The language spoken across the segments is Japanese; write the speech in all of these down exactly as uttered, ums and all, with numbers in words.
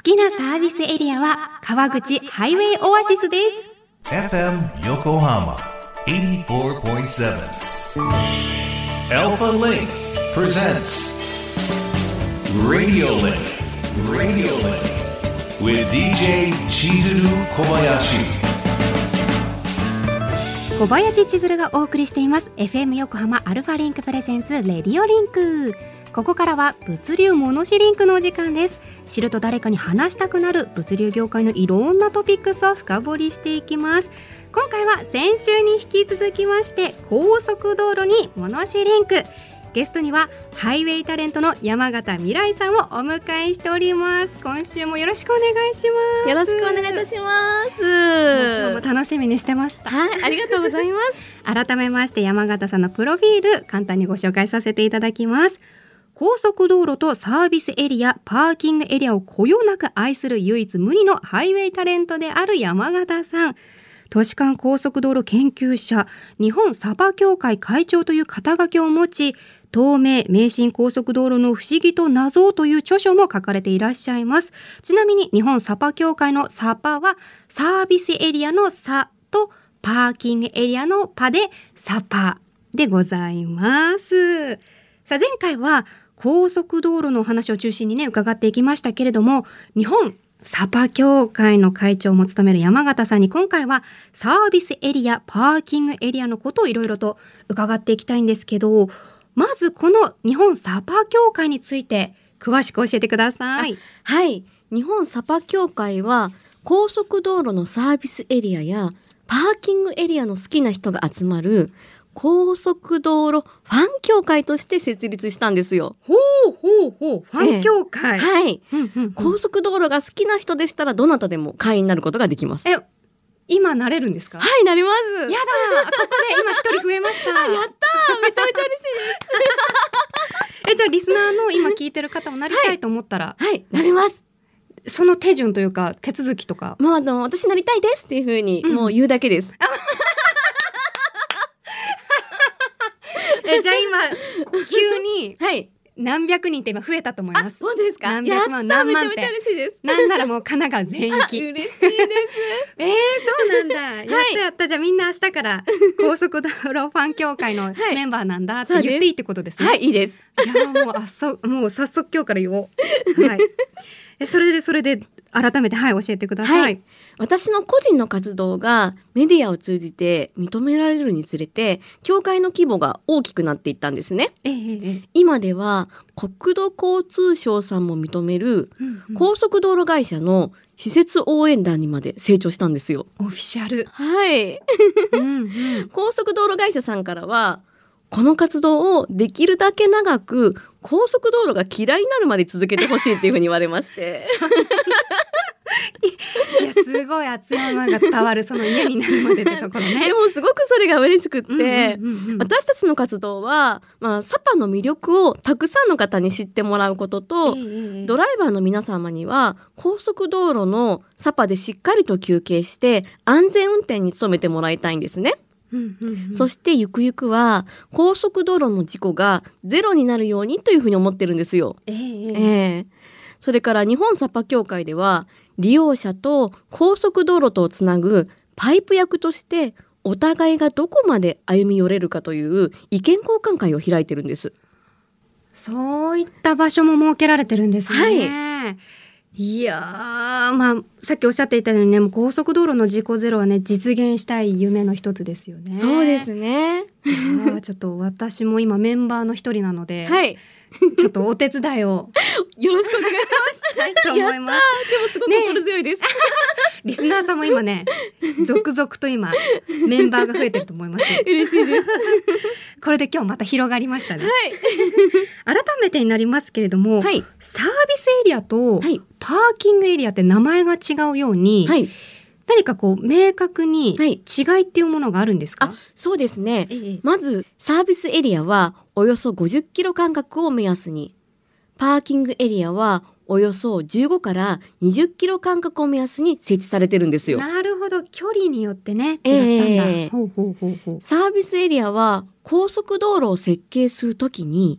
好きなサービスエリアは川口ハイウェイオアシスです。 エフエム Yokohama エイティーフォーポイントセブン Alpha Link presents Radio Link Radio Link with ディージェー Chizuru Kobayashi。 小林千鶴がお送りしています エフエム 横浜アルファリンクプレゼンツレディオリンク。ここからは物流モノシリンクのお時間です。知ると誰かに話したくなる物流業界のいろんなトピックスを深掘りしていきます。今回は先週に引き続きまして高速道路にモノシリンク、ゲストにはハイウェイタレントの山形未来さんをお迎えしております。今週もよろしくお願いします。 よろしくお願いいたします。 今日も楽しみにしてました。 はい、ありがとうございます。 改めまして山形さんのプロフィール簡単にご紹介させていただきます。高速道路とサービスエリア、パーキングエリアをこよなく愛する唯一無二のハイウェイタレントである山形さん。都市間高速道路研究者、日本サパ協会会長という肩書きを持ち、東名名神高速道路の不思議と謎という著書も書かれていらっしゃいます。ちなみに日本サパ協会のサパはサービスエリアのサとパーキングエリアのパでサパでございます。さあ前回は高速道路のお話を中心にね伺っていきましたけれども、日本サパ協会の会長も務める山形さんに今回はサービスエリア、パーキングエリアのことをいろいろと伺っていきたいんですけど、まずこの日本サパ協会について詳しく教えてください。 はい、日本サパ協会は高速道路のサービスエリアやパーキングエリアの好きな人が集まる高速道路ファン協会として設立したんですよ。 ほうほうほう、ファン協会、 ええ、はい、 うんうんうん、 高速道路が好きな人でしたらどなたでも会員になることができます。 え、今なれるんですか？ はい、なります。 やだ、ここで今一人増えましたあ、やったー、めちゃめちゃ嬉しいですえ、じゃあリスナーの今聞いてる方もなりたいと思ったら、 はい、はい、なれます。 その手順というか手続きとか、 もうあの私なりたいですっていう風にもう言うだけです、 うん、え、じゃあ今急にはい何百人って今増えたと思います。 本当ですか？ 何百万、何万って。 めちゃめちゃ嬉しいです。 なんならもう神奈川全域。 嬉しいです。 えー、そうなんだ。やったやった。じゃあみんな明日から高速道路ファン協会のメンバーなんだって言っていいってことですね。 はい、いいです。 いやもうあそう、もう早速今日から言おう。はい。え、それでそれで改めてはい教えてください。はい、 私の個人の活動がメディアを通じて認められるにつれて協会の規模が大きくなっていったんですね。 ええ、 今では国土交通省さんも認める高速道路会社の施設応援団にまで成長したんですよ。 オフィシャル。 はい、うんうん、高速道路会社さんからはこの活動をできるだけ長く高速道路が嫌いになるまで続けてほしいっていうふうに言われましていやすごい熱い思いが伝わるその家になるまでってところね。 でもすごくそれが嬉しくって、うんうんうんうん、私たちの活動は、まあ、サパの魅力をたくさんの方に知ってもらうことと、えー、ドライバーの皆様には高速道路のサパでしっかりと休憩して安全運転に努めてもらいたいんですね。うんうんうん、そしてゆくゆくは高速道路の事故がゼロになるようにというふうに思ってるんですよ。えーえー、それから日本サパ協会では利用者と高速道路とをつなぐパイプ役としてお互いがどこまで歩み寄れるかという意見交換会を開いてるんです。 そういった場所も設けられてるんですね。 はいいやー、まあ、さっきおっしゃっていたようにね、もう高速道路の事故ゼロはね実現したい夢の一つですよね。 そうですね。 あちょっと私も今メンバーの一人なので、 はい、 ちょっとお手伝いをよろしくお願いしますはいと思います。 でもすごく心強いです、ね、 リスナーさんも今ね続々と今メンバーが増えてると思います。 嬉しいですこれで今日また広がりましたね、 はい、 改めてになりますけれども、はい、サービスエリアとパーキングエリアって名前が違うように、はい、何かこう明確に違いっていうものがあるんですか？ あ、そうですね、ええ、まずサービスエリアはおよそごじゅっキロ間隔を目安に、パーキングエリアはおよそじゅうごからにじゅっキロ間隔を目安に設置されてるんですよ。 なるほど、距離によってね違ったんだ、えー、ほうほうほうほう。 サービスエリアは高速道路を設計するときに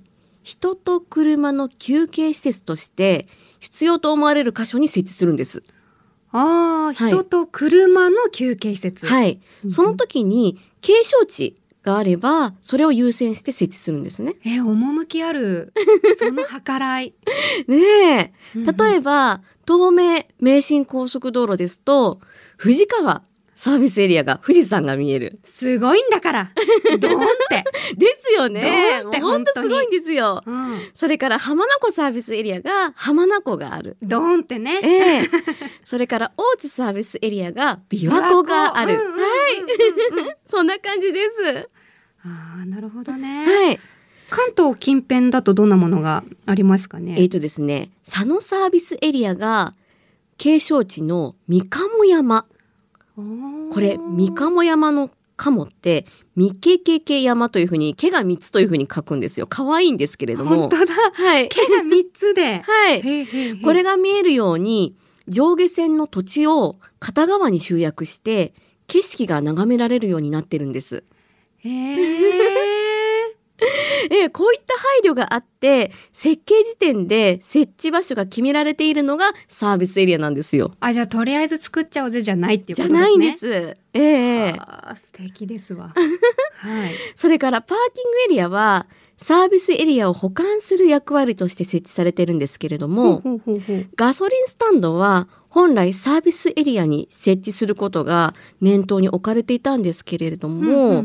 人と車の休憩施設として必要と思われる箇所に設置するんです。 ああ、人と車の休憩施設。 はい。 うん、 その時に景勝地があればそれを優先して設置するんですね。 えー、趣あるその計らい。 ねえ、例えば東名名神高速道路ですと富士川サービスエリアが富士山が見える。 すごいんだからドーンってですよね。 ドーンって本当すごいんですよ、 うん、 それから浜名湖サービスエリアが浜名湖がある。 ドーンってね、 えー、それから大津サービスエリアが琵琶湖がある。はい、そんな感じです。 あー、なるほどね。 はい。 関東近辺だとどんなものがありますかね。 えーとですね、佐野サービスエリアが景勝地の三鴨山。これ三鴨山の鴨って三毛毛毛山というふうに毛がみっつというふうに書くんですよ。可愛いんですけれども。 本当だ。 はい。 毛がみっつで。 はい。 へーへーへー。 これが見えるように上下線の土地を片側に集約して景色が眺められるようになってるんです。 へー。 えー、こういった配慮があって設計時点で設置場所が決められているのがサービスエリアなんですよ。 あ、じゃあとりあえず作っちゃおうぜじゃないっていうことですね。 じゃないんです。えー、 あ、素敵ですわ。はい。 それからパーキングエリアはサービスエリアを補完する役割として設置されているんですけれども、 ほうほうほう、 ガソリンスタンドは本来サービスエリアに設置することが念頭に置かれていたんですけれども、うんうんうんうん、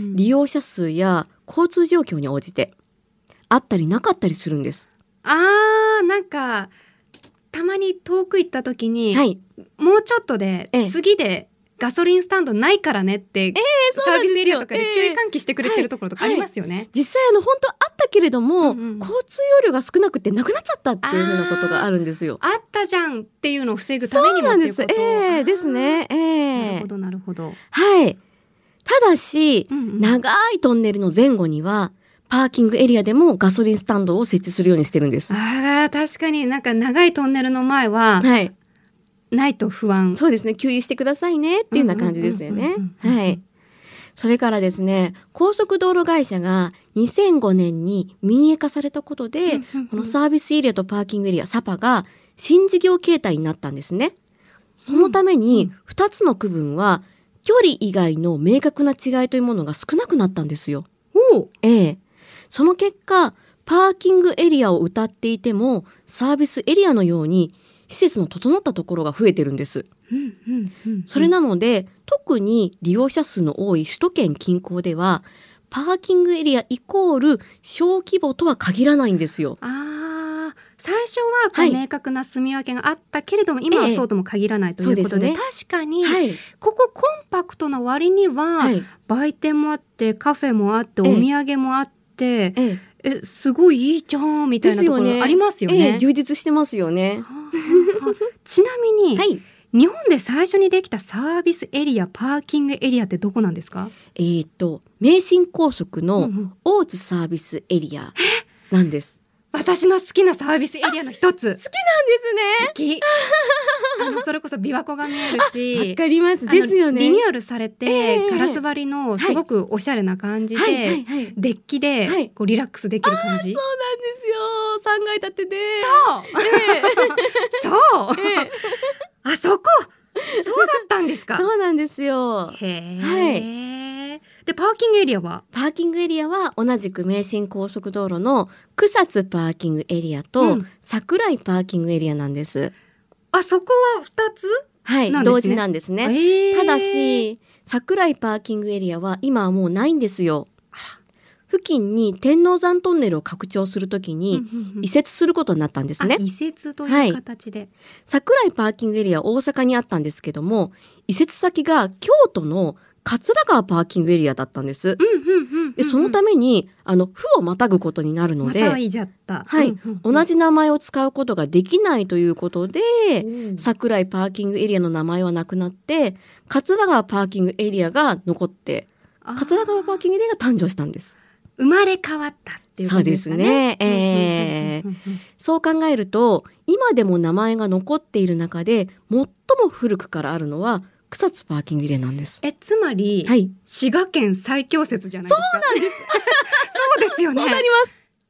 利用者数や交通状況に応じてあったりなかったりするんです。 あー、なんかたまに遠く行った時に、はい、もうちょっとで、ええ、次でガソリンスタンドないからねって、えー、サービスエリアとかで注意喚起してくれてるところとかありますよね。 はいはい、実際あの本当あったけれども、うんうん、交通容量が少なくてなくなっちゃったっていうふうなことがあるんですよ。 あったじゃんっていうのを防ぐためにもっていうこと。 そうなんです。えー、ですね。えー、 なるほどなるほど。 はい。ただし、うんうん、長いトンネルの前後にはパーキングエリアでもガソリンスタンドを設置するようにしてるんです。 ああ、確かになんか長いトンネルの前は、はい、ないと不安。 そうですね。給油してくださいねっていうような感じですよね。はい。それからですね、高速道路会社がにせんごねんに民営化されたことで、うんうんうん、このサービスエリアとパーキングエリア、サパが新事業形態になったんですね。そのためにふたつの区分は距離以外の明確な違いというものが少なくなったんですよ。 おええ。その結果、パーキングエリアを謳っていてもサービスエリアのように施設の整ったところが増えてるんです。 うんうんうんうん、 それなので特に利用者数の多い首都圏近郊ではパーキングエリアイコール小規模とは限らないんですよ。 あ、最初はこう明確な住み分けがあったけれども、はい、今はそうとも限らないということで、ええ、でね、確かに、はい、ここコンパクトな割には、はい、売店もあってカフェもあってお土産もあって、えええ、すごいいいじゃんみたいなところありますよね。 ええ、充実してますよね。はあはあ、ちなみに、はい、日本で最初にできたサービスエリア、パーキングエリアってどこなんですか？ えーと、名神高速の大津サービスエリアなんです。 私の好きなサービスエリアの一つ。 好きなんですね。 好き。あのそれこそ琵琶湖が見えるし、 わかります。ですよね。 リニューアルされて、えー、ガラス張りのすごくおしゃれな感じで、はいはいはいはい、デッキで、はい、こうリラックスできる感じ。 そうなんですよ。さんがい建てで。 そう。えー、そう。えー、あそこ。そうだったんですか。 そうなんですよ。 へー。はい。でパーキングエリアはパーキングエリアは同じく名神高速道路の草津パーキングエリアと、うん、桜井パーキングエリアなんです。 あそこはふたつ、 はい、同時なんですね。えー、ただし桜井パーキングエリアは今はもうないんですよ。あら、付近に天王山トンネルを拡張するときに移設することになったんですね。 移設という形で、はい、 桜井パーキングエリア大阪にあったんですけども、移設先が京都の桂川パーキングエリアだったんです。でそのためにあの府をまたぐことになるので、 またはいじゃった、 はい、うんうんうん、同じ名前を使うことができないということで、うん、桜井パーキングエリアの名前はなくなって桂川パーキングエリアが残って桂川パーキングエリアが誕生したんです。 生まれ変わったっていうことですかね。そうですね、 えー、そう考えると今でも名前が残っている中で最も古くからあるのは草津パーキングエリアなんです。 え、つまり、はい、滋賀県最強説じゃないですか。 そうなんです。 そうですよね。 そうなります。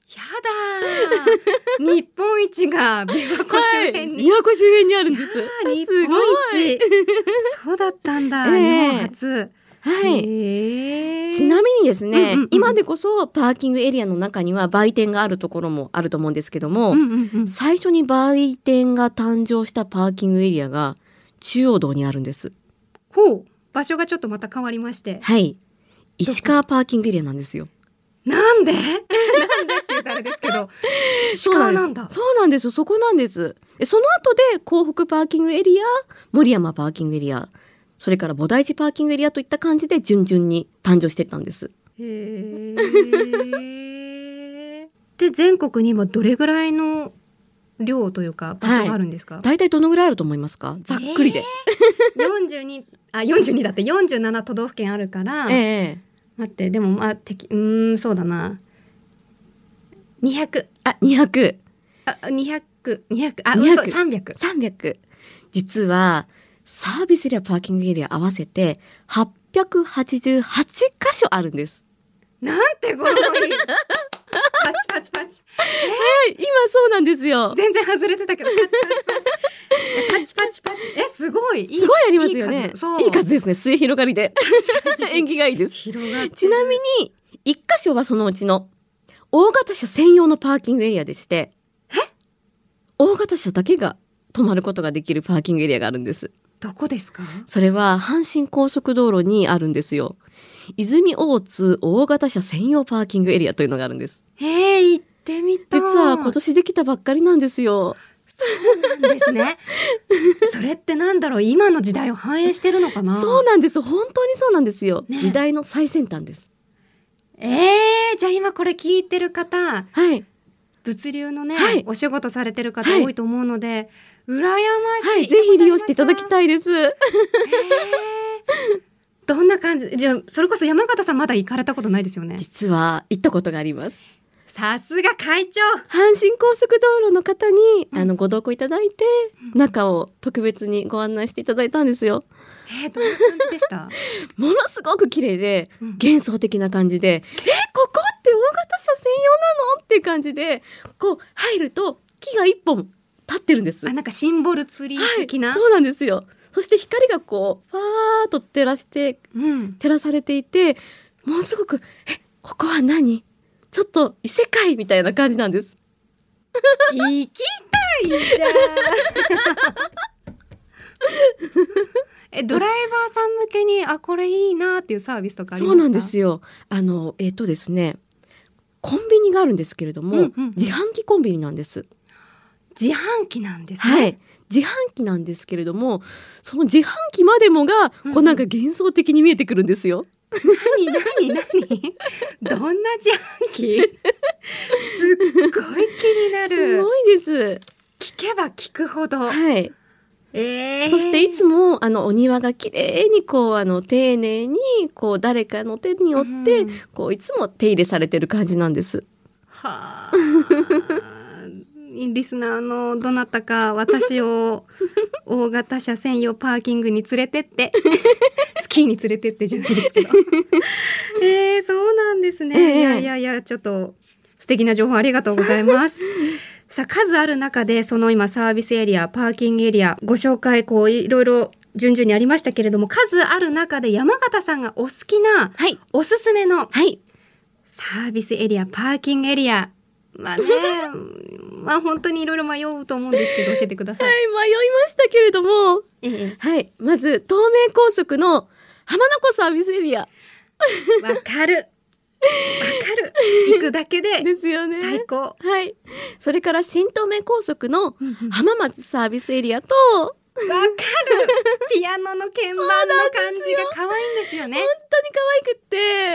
やだー日本一が琵琶湖周辺に、 はい、琵琶湖周辺にあるんです。 日本一そうだったんだ、えー、日本初。 はい、 えー、 ちなみにですね、 うんうんうん、 今でこそパーキングエリアの中には売店があるところもあると思うんですけども、 うんうんうん、 最初に売店が誕生したパーキングエリアが中央道にあるんです。 ほう、場所がちょっとまた変わりまして、 はい、石川パーキングエリアなんですよ。 なんでなんでって言ったらあれですけど石川なんだ。 そうなんです、そこなんです。その後で港北パーキングエリア、森山パーキングエリア、それから菩提寺パーキングエリアといった感じで順々に誕生していったんです。 へーで全国に今どれぐらいの量というか場所があるんですか？ はい、大体どのぐらいあると思いますか？ざっくりで、 えー、よんじゅうにあよんじゅうにだってよんじゅうなな都道府県あるから、 えー、 待ってでもまあてきうーんそうだなにひゃくあにひゃくあにひゃくにひゃくあにひゃく嘘さんびゃくさんびゃく実はサービスエリアパーキングエリア合わせてはっぴゃくはちじゅうはちかしょあるんです。 なんてごろいパチパチパチ、 えー、今そうなんですよ。 全然外れてたけどパチパチパチパチパチパチえすごいいいすごいありますよね。いい 数, そういい数ですね。末広がりで縁起がいいです。 広がってちなみにいっかしょはそのうちの大型車専用のパーキングエリアでして、 え大型車だけが止まることができるパーキングエリアがあるんです。 どこですか？ それは阪神高速道路にあるんですよ。泉大津大型車専用パーキングエリアというのがあるんです。 えー、行ってみたい。 実は今年できたばっかりなんですよ。 そうなんですねそれってなんだろう、今の時代を反映してるのかな？ そうなんです、本当にそうなんですよ、 ね、 時代の最先端です。 えー、じゃあ今これ聞いてる方、 はい、 物流のね、 はい、 お仕事されてる方多いと思うので、はい、羨ましい、 はい、ぜひ利用していただきたいです。えーどんな感じ？じゃあそれこそ山形さんまだ行かれたことないですよね？ 実は行ったことがあります。 さすが会長。 阪神高速道路の方に、 うん、 あのご同行いただいて、うん、中を特別にご案内していただいたんですよ。 えー、どんな感じでしたものすごく綺麗で、うん、幻想的な感じで、えここって大型車専用なのっていう感じで、こう入ると木が一本立ってるんです。 あ、なんかシンボルツリー的な、 はい、そうなんですよ。そして光がこうファーッと照らして、うん、照らされていて、ものすごくえここは何ちょっと異世界みたいな感じなんです。 行きたいじゃんえドライバーさん向けにあこれいいなっていうサービスとかありますか？ そうなんですよ。あのえっとですねコンビニがあるんですけれども、うんうん、自販機コンビニなんです。 自販機なんですね。 はい、自販機なんですけれども、その自販機までもが、うんうん、こうなんか幻想的に見えてくるんですよ。 何何何どんな自販機すっごい気になる。 すごいです。 聞けば聞くほど、 はい、 えー、 そしていつもあのお庭がきれいにこうあの丁寧にこう誰かの手によって、うん、こういつも手入れされてる感じなんです。 はあリスナーのどなたか私を大型車専用パーキングに連れてってスキーに連れてってじゃないですけどえー、そうなんですね、えー、いやいやいやちょっと素敵な情報ありがとうございますさあ数ある中でその今サービスエリアパーキングエリアご紹介こういろいろ順々にありましたけれども、数ある中で山形さんがお好きな、はい、おすすめの、はい、サービスエリアパーキングエリアまあねまあ本当にいろいろ迷うと思うんですけど教えてください。 はい迷いましたけれども、ええ、はいまず東名高速の浜名湖サービスエリアわかるわかる行くだけでですよね最高。 はい、それから新東名高速の浜松サービスエリアとわかるピアノの鍵盤の感じが可愛いんですよね。 本当に可愛くって、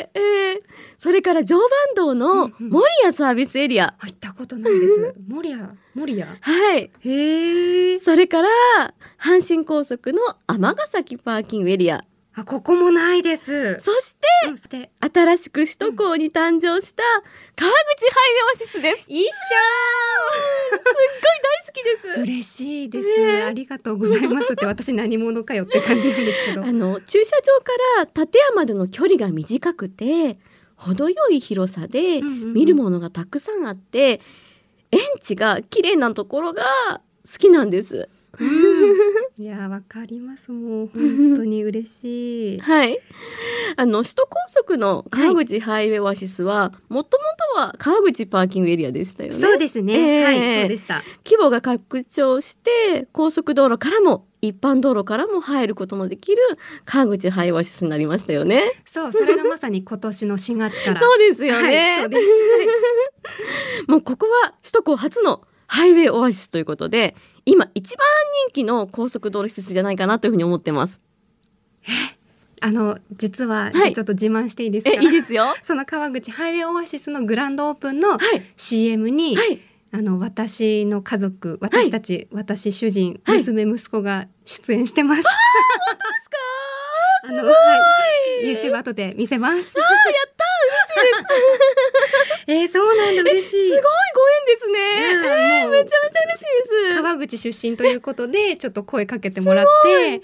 えー、それから常磐道の守谷サービスエリア、 うんうん、行ったことないです守谷守谷はいへー。 それから阪神高速の尼崎パーキングエリア、 あここもないです。 そして、うん、新しく首都高に誕生した川口ハイウェイオアシスです。 一緒すっごい大好きです。 嬉しいです、ね、ありがとうございますって私何者かよって感じなんですけどあの駐車場から立山までの距離が短くて程よい広さで見るものがたくさんあって、園地が綺麗なところが好きなんです。 うん、いやわかります。もう本当に嬉しい。 はい。あの首都高速の川口ハイウェイオアシスはもともとは川口パーキングエリアでしたよね。 そうですね。 えー、 はい、そうでした。 規模が拡張して高速道路からも一般道路からも入ることのできる川口ハイウェイオアシスになりましたよね。 そう、それがまさに今年のしがつから。 そうですよね。 はい、そうです。 はい、もうここは首都高初のハイウェイオアシスということで、今一番人気の高速道路施設じゃないかなというふうに思ってます。 あの実は、 はい、 ちょっと自慢していいですか？ えいいですよ。 その川口ハイウェイオアシスのグランドオープンの シーエム に、はい、あの私の家族、私たち、はい、私主人、はい、娘息子が出演してます。あ、 本当ですか？ あの、はい、YouTube 後で見せます。あ、やった嬉しいです。 えー、そうなんだ、嬉しい。 すごいご縁ですね。えー、めちゃめちゃ嬉しいです。 川口出身ということでちょっと声かけてもらって、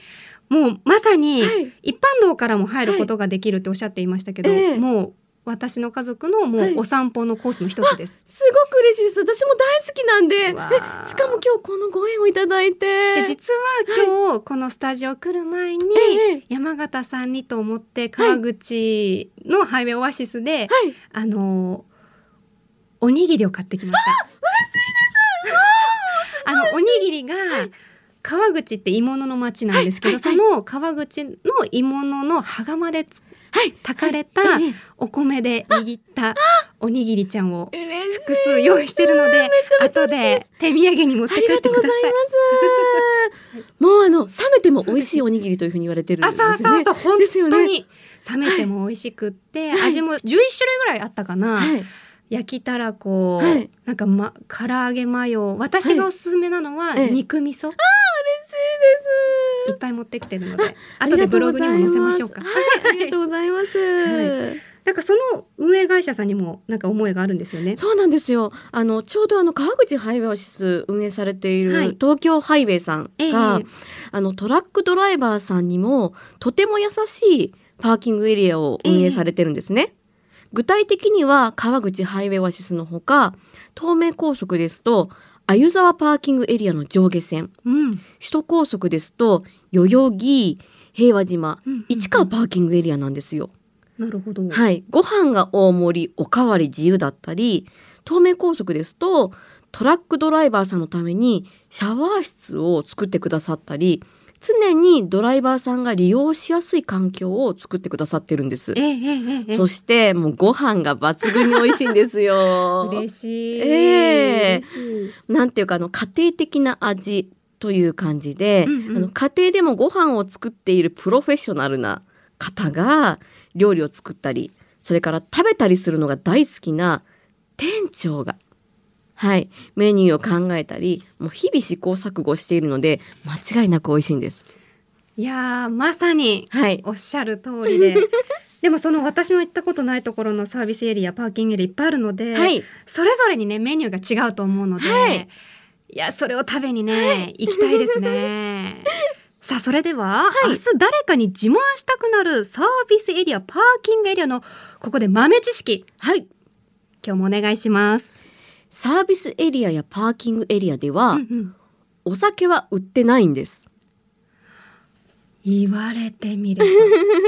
もうまさに一般道からも入ることができるっておっしゃっていましたけど、はい、もう私の家族のもうお散歩のコースの一つです。 はい、すごく嬉しいです。私も大好きなんで、えしかも今日このご縁をいただいて、 で実は今日このスタジオ来る前に、はい、山形さんにと思って川口のハイウェイオアシスで、はい、あのおにぎりを買ってきました。 嬉しいです。 あのおにぎりが、はい、川口って鋳物の町なんですけど、はいはいはい、その川口の鋳物の羽釜でつはい、炊かれたお米で握ったおにぎりちゃんを複数用意してるので、後で手土産に持って帰ってください。ありがとうございます。もうあの冷めても美味しいおにぎりというふうに言われてるんですね。 あ、そうそうそう、本当に冷めても美味しくって、はい、味もじゅういち種類ぐらいあったかな。はい、焼きたらこ、はい、なんかま唐揚げマヨ、私がおすすめなのは肉味噌。はい、あー嬉しいです。 いっぱい持ってきてるので、後でブログにも載せましょうか。 はい、ありがとうございます。 はい、なんかその運営会社さんにもなんか思いがあるんですよね。 そうなんですよ。あのちょうどあの川口ハイウェイオアシス運営されている、はい、東京ハイウェイさんが、えー、あのトラックドライバーさんにもとても優しいパーキングエリアを運営されてるんですね。えー、具体的には川口ハイウェイオアシスのほか、東名高速ですと鮎沢パーキングエリアの上下線、うん、首都高速ですと代々木、平和島、うんうんうん、市川パーキングエリアなんですよ。 なるほど。 はい、ご飯が大盛り、おかわり自由だったり、東名高速ですとトラックドライバーさんのためにシャワー室を作ってくださったり、常にドライバーさんが利用しやすい環境を作ってくださってるんです。 ええええ、 そしてもうご飯が抜群に美味しいんですよ。 嬉しい。 えー、なんていうかあの家庭的な味という感じで、うんうん、あの家庭でもご飯を作っているプロフェッショナルな方が料理を作ったり、それから食べたりするのが大好きな店長が、はい、メニューを考えたり、もう日々試行錯誤しているので間違いなく美味しいんです。 いやー、まさにおっしゃる通りで、はい、でもその私の行ったことないところのサービスエリア、パーキングエリアいっぱいあるので、はい、それぞれにねメニューが違うと思うので、はい、いやそれを食べにね、はい、行きたいですね。さあそれでは、はい、明日誰かに自慢したくなるサービスエリア、パーキングエリアのここで豆知識、はい、今日もお願いします。 サービスエリアやパーキングエリアでは、うんうん、お酒は売ってないんです。 言われてみれば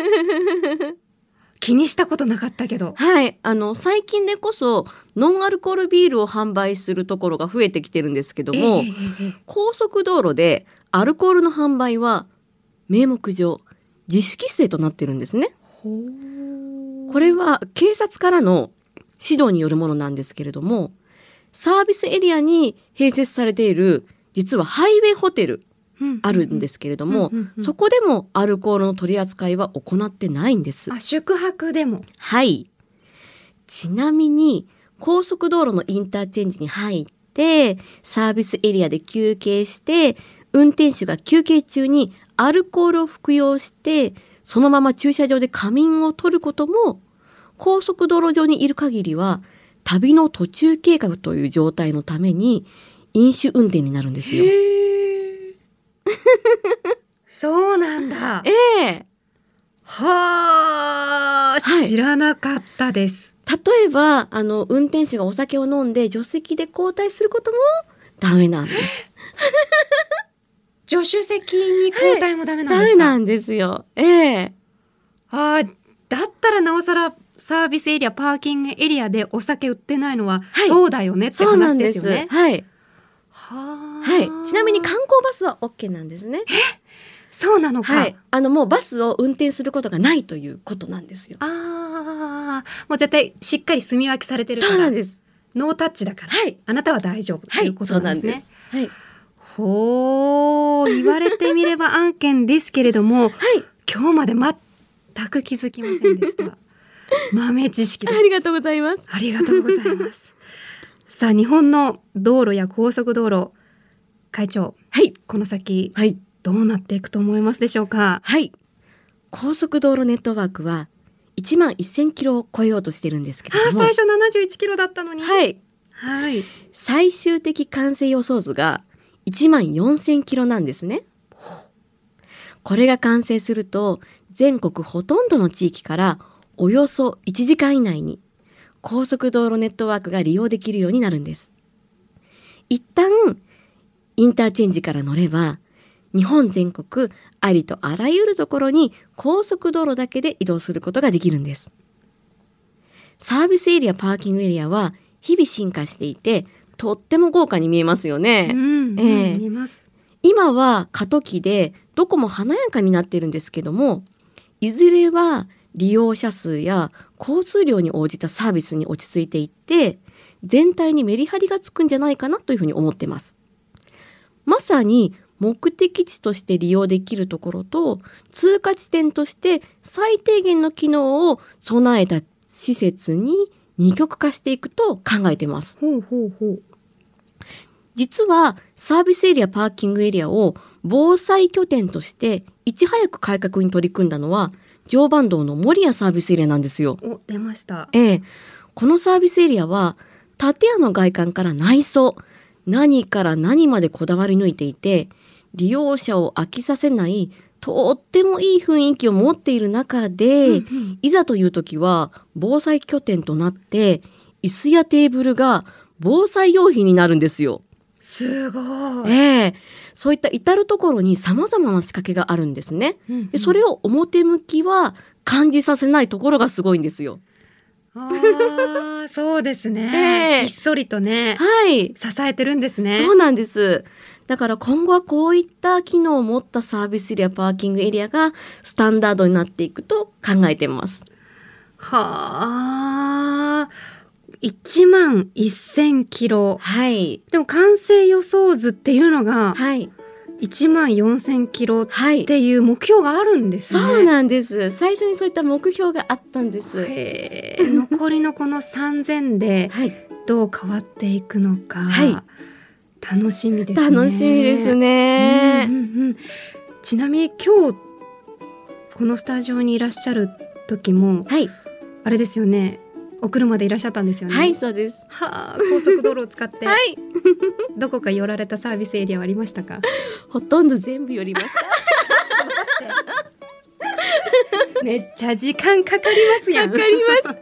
気にしたことなかったけど、 はい、あの最近でこそノンアルコールビールを販売するところが増えてきてるんですけども、えー、高速道路でアルコールの販売は名目上自主規制となってるんですね。ほー。これは警察からの指導によるものなんですけれども、サービスエリアに併設されている実はハイウェイホテルあるんですけれども、そこでもアルコールの取り扱いは行ってないんです。 あ、宿泊でも。 はい。ちなみに高速道路のインターチェンジに入ってサービスエリアで休憩して、運転手が休憩中にアルコールを服用してそのまま駐車場で仮眠を取ることも、高速道路上にいる限りは旅の途中経過という状態のために飲酒運転になるんですよ。 へーそうなんだ。 ええははあ、 はい知らなかったです。 例えばあの運転手がお酒を飲んで助手席で交代することもダメなんです。 助手席に交代もダメなんダですか？ メなんですよ。ええああ、だったらなおさらサービスエリア、パーキングエリアでお酒売ってないのは、 はいそうだよねってそうなんで。 話ですすよね。 はい。 はあ、 はい。ちなみに観光バスは OK なんですね。 そうなのか。 はい。あのもうバスを運転することがないということなんですよ。 ああ、もう絶対しっかり住み分けされてるから。 そうなんです。 ノータッチだから。 はい。 あなたは大丈夫とはいいうこ。 そとなでうなんんですす。 ね。 はい。 ほー、言われてみれば案件ですけれども、 はい。 今日まで全く気づきませんでした。豆知識です。 ありがとうございます。 ありがとうございます。さあ、日本の道路や高速道路、会長、 はい。 この先はい。 どうなっていくと思いますでしょうか？ はい。高速道路ネットワークはいちまんせんキロを超えようとしてるんですけれあー、 ども、 最初ななじゅういちキロだったのに。 はい。 はい。 最終的完成予想図がいちまんよんせんキロなんですね。これが完成すると全国ほとんどの地域からおよそいちじかん以内に高速道路ネットワークが利用できるようになるんです。一旦インターチェンジから乗れば日本全国ありとあらゆるところに高速道路だけで移動することができるんです。サービスエリア、パーキングエリアは日々進化していてとっても豪華に見えますよね。 うん、 ええ見えます。 今は過渡期でどこも華やかになっているんですけども、いずれは利用者数や交通量に応じたサービスに落ち着いていって全体にメリハリがつくんじゃないかなというふうに思っています。まさに目的地として利用できるところと通過地点として最低限の機能を備えた施設に二極化していくと考えています。 ほうほうほう。 実はサービスエリア、パーキングエリアを防災拠点としていち早く改革に取り組んだのは常磐道の守谷サービスエリアなんですよ。 お、出ました。 ええ、このサービスエリアは建屋の外観から内装、何から何までこだわり抜いていて利用者を飽きさせないとってもいい雰囲気を持っている中で、 うんうん、 いざという時は防災拠点となって椅子やテーブルが防災用品になるんですよ。 すごい。 ええ、そういった至るところに様々な仕掛けがあるんですね。 うんうん、 でそれを表向きは感じさせないところがすごいんですよ。 ああ、そうですね、 ええ、 ひっそりとね、 はい、 支えてるんですね。 そうなんです。だから今後はこういった機能を持ったサービスエリア、パーキングエリアがスタンダードになっていくと考えています。 はあ、いちまんせんキロ。 はい。 でも完成予想図っていうのが、 はい。 いちまんよんせんキロっはい。 ていう目標があるんですね。 そうなんです。最初にそういった目標があったんです。 へえ。残りのこのさんぜんではい。 どう変わっていくのか、 はい楽しみですね。 楽しみですね。 うんうんうん、ちなみに今日このスタジオにいらっしゃる時も、 はい。 あれですよね。お車でいらっしゃったんですよね。 はい、そうです。 はあ、高速道路を使って、 はい。 どこか寄られたサービスエリアはありましたか？ ほとんど全部寄りました。 めっちゃ時間かかりますやん。 かかります。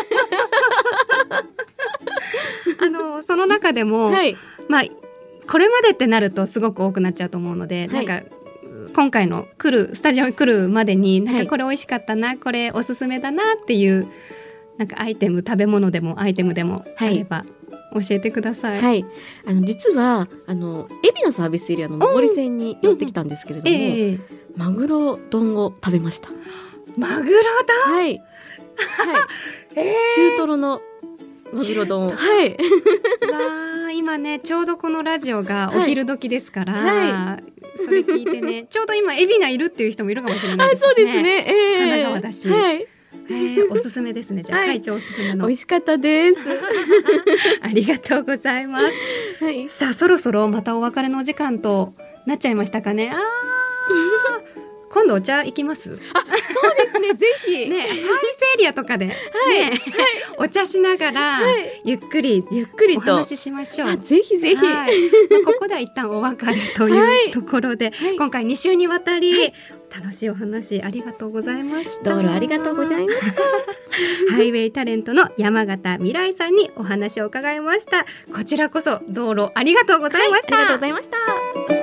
あのその中でも、 はい。 まあこれまでってなるとすごく多くなっちゃうと思うので、 はい、 なんか今回の来るスタジオに来るまでになんはい、 かこれ美味しかったな、これおすすめだなっていうなんかアイテム、食べ物でもアイテムでもあれば教えてください。 はい。あの実はあの海老名サービスエリアの上り線に寄ってきたんですけれども、 ええ、 マグロ丼を食べました。 マグロ丼。 はい。はい。 え中トロのマグロ丼。はい。 わあ、今ねちょうどこのラジオがお昼時ですから、 はい、 それ聞いてねちょうど今海老名いるっていう人もいるかもしれないですしね。 あ、そうですね。えー、 神奈川だし、 はい、 えー、おすすめですね。じゃあ、 はい、 会長おすすめの。 美味しかったです。 ありがとうございます。はい、さあそろそろまたお別れのお時間となっちゃいましたかね。あ今度お茶行きます。 あ、そうですね。ぜひ。 ね、サービスエリアとかで、ねはいはい、 お茶しながら、はい、ゆっくりゆっくりとお話ししましょう。 あ、ぜひぜひ、 はい、ここでは一旦お別れというところで、はい、今回に週にわたり、はい、楽しいお話ありがとうございました。 どうもありがとうございましたハイウェイタレントの山形未来さんにお話を伺いました。こちらこそ道路ありがとうございました。 はい、ありがとうございました。